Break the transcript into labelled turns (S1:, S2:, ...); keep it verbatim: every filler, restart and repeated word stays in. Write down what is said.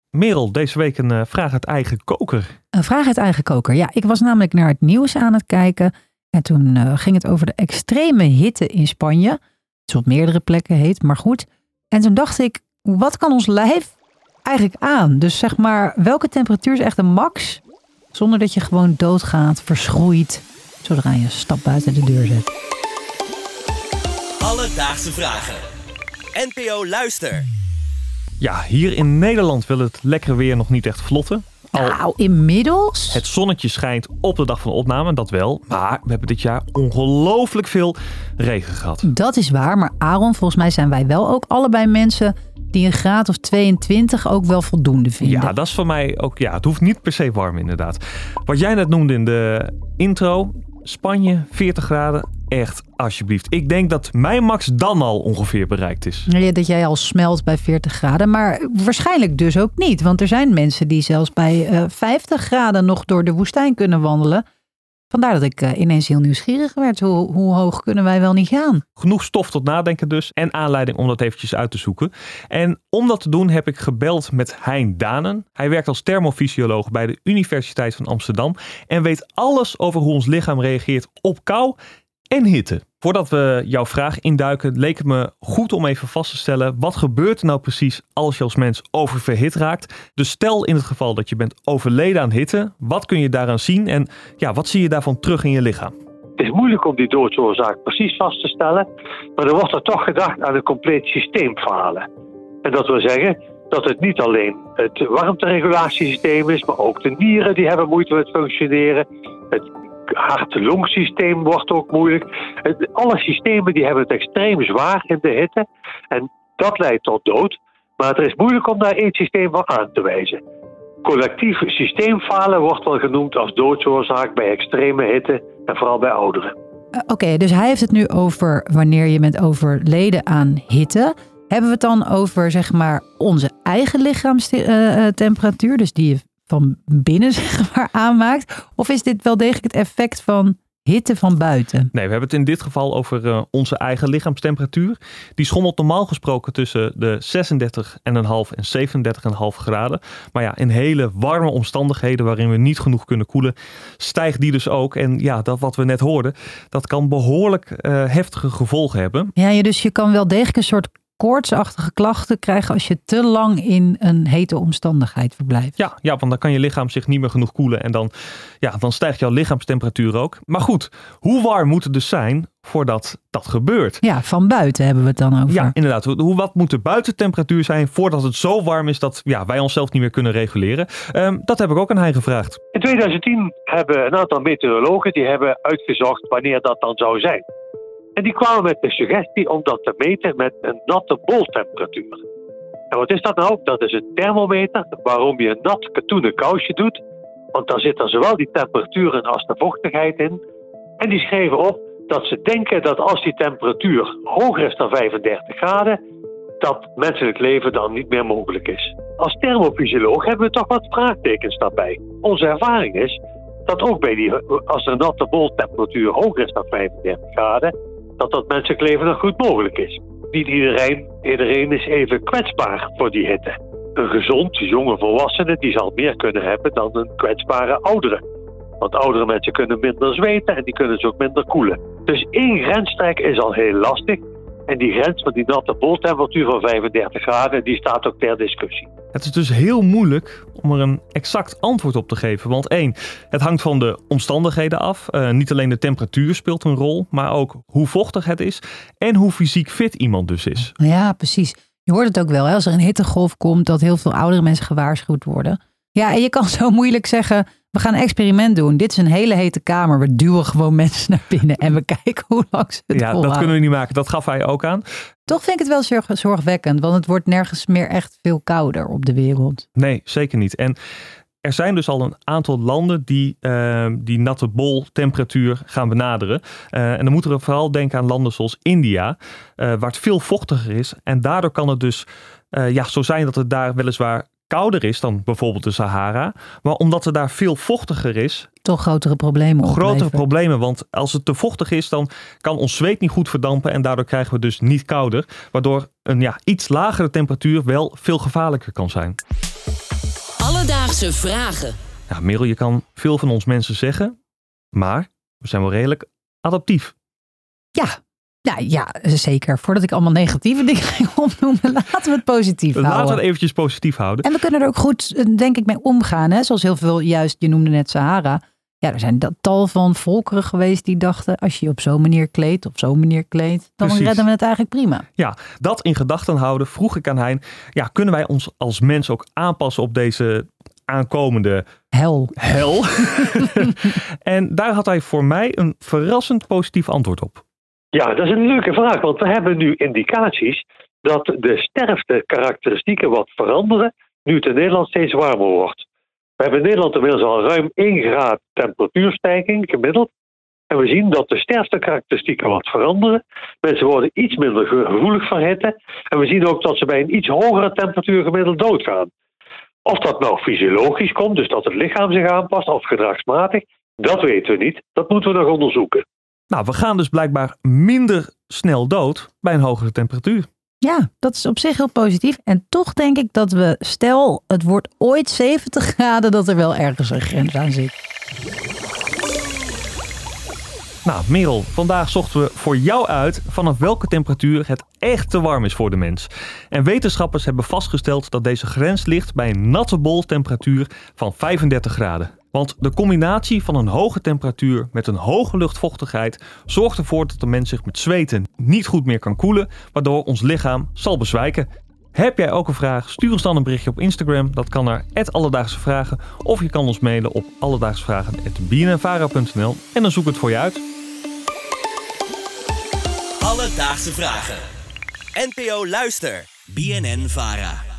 S1: Merel, deze week een uh, vraag uit eigen koker.
S2: Een vraag uit eigen koker. Ja, ik was namelijk naar het nieuws aan het kijken. En toen uh, ging het over de extreme hitte in Spanje. Het is op meerdere plekken heet, maar goed. En toen dacht ik, wat kan ons lijf eigenlijk aan? Dus zeg maar, welke temperatuur is echt een max? Zonder dat je gewoon doodgaat, verschroeit, zodra je een stap buiten de deur zet.
S3: Alledaagse vragen. N P O Luister.
S1: Ja, hier in Nederland wil het lekkere weer nog niet echt vlotten.
S2: Al nou, inmiddels.
S1: Het zonnetje schijnt op de dag van de opname, dat wel. Maar we hebben dit jaar ongelooflijk veel regen gehad.
S2: Dat is waar, maar Aaron, volgens mij zijn wij wel ook allebei mensen die een graad of tweeëntwintig ook wel voldoende vinden.
S1: Ja, dat is voor mij ook, ja, het hoeft niet per se warm inderdaad. Wat jij net noemde in de intro, Spanje, veertig graden. Echt, alsjeblieft. Ik denk dat mijn max dan al ongeveer bereikt is.
S2: Ja, dat jij al smelt bij veertig graden. Maar waarschijnlijk dus ook niet. Want er zijn mensen die zelfs bij uh, vijftig graden nog door de woestijn kunnen wandelen. Vandaar dat ik uh, ineens heel nieuwsgierig werd. Hoe, hoe hoog kunnen wij wel niet gaan?
S1: Genoeg stof tot nadenken dus. En aanleiding om dat eventjes uit te zoeken. En om dat te doen heb ik gebeld met Hein Danen. Hij werkt als thermofysioloog bij de Universiteit van Amsterdam. En weet alles over hoe ons lichaam reageert op kou en hitte. Voordat we jouw vraag induiken, leek het me goed om even vast te stellen, wat gebeurt er nou precies als je als mens oververhit raakt? Dus stel in het geval dat je bent overleden aan hitte, wat kun je daaraan zien en ja, wat zie je daarvan terug in je lichaam?
S4: Het is moeilijk om die doodsoorzaak precies vast te stellen, maar er wordt er toch gedacht aan een compleet systeemfalen. En dat wil zeggen dat het niet alleen het warmteregulatiesysteem is, maar ook de nieren die hebben moeite met functioneren. Het hart-longsysteem wordt ook moeilijk. Alle systemen die hebben het extreem zwaar in de hitte. En dat leidt tot dood. Maar het is moeilijk om daar één systeem van aan te wijzen. Collectief systeemfalen wordt wel genoemd als doodsoorzaak bij extreme hitte en vooral bij ouderen.
S2: Uh, Oké, okay, dus hij heeft het nu over wanneer je bent overleden aan hitte. Hebben we het dan over zeg maar onze eigen lichaamstemperatuur, uh, dus die je van binnen zeg maar aanmaakt? Of is dit wel degelijk het effect van hitte van buiten?
S1: Nee, we hebben het in dit geval over uh, onze eigen lichaamstemperatuur. Die schommelt normaal gesproken tussen de zesendertig komma vijf en zevenendertig komma vijf graden. Maar ja, in hele warme omstandigheden waarin we niet genoeg kunnen koelen, stijgt die dus ook. En ja, dat wat we net hoorden, dat kan behoorlijk uh, heftige gevolgen hebben.
S2: Ja, je, dus je kan wel degelijk een soort koortsachtige klachten krijgen als je te lang in een hete omstandigheid verblijft.
S1: Ja, ja, want dan kan je lichaam zich niet meer genoeg koelen en dan, ja, dan stijgt jouw lichaamstemperatuur ook. Maar goed, hoe warm moet het dus zijn voordat dat gebeurt?
S2: Ja, van buiten hebben we het dan over.
S1: Ja, inderdaad. Hoe, wat moet de buitentemperatuur zijn voordat het zo warm is dat ja, wij onszelf niet meer kunnen reguleren? Um, dat heb ik ook aan hij gevraagd.
S4: In tweeduizend tien hebben een aantal meteorologen die hebben uitgezocht wanneer dat dan zou zijn. En die kwamen met de suggestie om dat te meten met een natte boltemperatuur. En wat is dat nou? Dat is een thermometer waarom je een nat katoenen kousje doet. Want daar zit er zowel die temperatuur in als de vochtigheid in. En die schreven op dat ze denken dat als die temperatuur hoger is dan vijfendertig graden, dat menselijk leven dan niet meer mogelijk is. Als thermofysioloog hebben we toch wat vraagtekens daarbij. Onze ervaring is dat ook bij die, als de natte boltemperatuur hoger is dan vijfendertig graden, dat dat menselijk leven nog goed mogelijk is. Niet iedereen, iedereen is even kwetsbaar voor die hitte. Een gezond, jonge volwassene die zal meer kunnen hebben dan een kwetsbare oudere. Want oudere mensen kunnen minder zweten en die kunnen ze ook minder koelen. Dus één grensstrek is al heel lastig. En die grens van die natte boltemperatuur van vijfendertig graden, die staat ook ter discussie.
S1: Het is dus heel moeilijk om er een exact antwoord op te geven. Want één, het hangt van de omstandigheden af. Uh, niet alleen de temperatuur speelt een rol, maar ook hoe vochtig het is en hoe fysiek fit iemand dus is.
S2: Ja, precies. Je hoort het ook wel, hè? Als er een hittegolf komt, dat heel veel oudere mensen gewaarschuwd worden. Ja, en je kan zo moeilijk zeggen, we gaan een experiment doen. Dit is een hele hete kamer. We duwen gewoon mensen naar binnen en we kijken hoe lang ze het
S1: Ja,
S2: volhouden.
S1: dat kunnen we niet maken. Dat gaf hij ook aan.
S2: Toch vind ik het wel zorg- zorgwekkend, want het wordt nergens meer echt veel kouder op de wereld.
S1: Nee, zeker niet. En er zijn dus al een aantal landen die uh, die natte bol temperatuur gaan benaderen. Uh, en dan moeten we vooral denken aan landen zoals India, uh, waar het veel vochtiger is. En daardoor kan het dus uh, ja, zo zijn dat het daar weliswaar kouder is dan bijvoorbeeld de Sahara. Maar omdat het daar veel vochtiger is,
S2: toch grotere problemen opleveren.
S1: Grotere problemen, want als het te vochtig is, dan kan ons zweet niet goed verdampen en daardoor krijgen we dus niet kouder. Waardoor een ja, iets lagere temperatuur wel veel gevaarlijker kan zijn.
S5: Alledaagse vragen.
S1: Nou, Merel, je kan veel van ons mensen zeggen, maar we zijn wel redelijk adaptief.
S2: Ja, ja, ja, zeker. Voordat ik allemaal negatieve dingen ging opnoemen, laten we het positief
S1: Laten
S2: houden.
S1: we het eventjes positief houden.
S2: En we kunnen er ook goed, denk ik, mee omgaan. Hè? Zoals heel veel, juist, je noemde net Sahara. Ja, er zijn dat tal van volkeren geweest die dachten, als je je op zo'n manier kleedt, op zo'n manier kleedt, dan
S1: Precies.
S2: redden we het eigenlijk prima.
S1: Ja, dat in gedachten houden, vroeg ik aan Hein. Ja, kunnen wij ons als mens ook aanpassen op deze aankomende
S2: Hel.
S1: hel? En daar had hij voor mij een verrassend positief antwoord op.
S4: Ja, dat is een leuke vraag, want we hebben nu indicaties dat de sterftekarakteristieken wat veranderen nu het in Nederland steeds warmer wordt. We hebben in Nederland inmiddels al ruim één graad temperatuurstijging gemiddeld. En we zien dat de sterftekarakteristieken wat veranderen. Mensen worden iets minder gevoelig voor hitte. En we zien ook dat ze bij een iets hogere temperatuur gemiddeld doodgaan. Of dat nou fysiologisch komt, dus dat het lichaam zich aanpast, of gedragsmatig, dat weten we niet. Dat moeten we nog onderzoeken.
S1: Nou, we gaan dus blijkbaar minder snel dood bij een hogere temperatuur.
S2: Ja, dat is op zich heel positief. En toch denk ik dat we, stel het wordt ooit zeventig graden, dat er wel ergens een grens aan zit.
S1: Nou, Merel, vandaag zochten we voor jou uit vanaf welke temperatuur het echt te warm is voor de mens. En wetenschappers hebben vastgesteld dat deze grens ligt bij een natte boltemperatuur van vijfendertig graden. Want de combinatie van een hoge temperatuur met een hoge luchtvochtigheid zorgt ervoor dat de mens zich met zweten niet goed meer kan koelen, waardoor ons lichaam zal bezwijken. Heb jij ook een vraag? Stuur ons dan een berichtje op Instagram. Dat kan naar at Alledaagse Vragen. Of je kan ons mailen op alledaagsvragen at b n n vara punt n l en dan zoek ik het voor je uit.
S3: Alledaagse Vragen. N P O Luister. B N N Vara.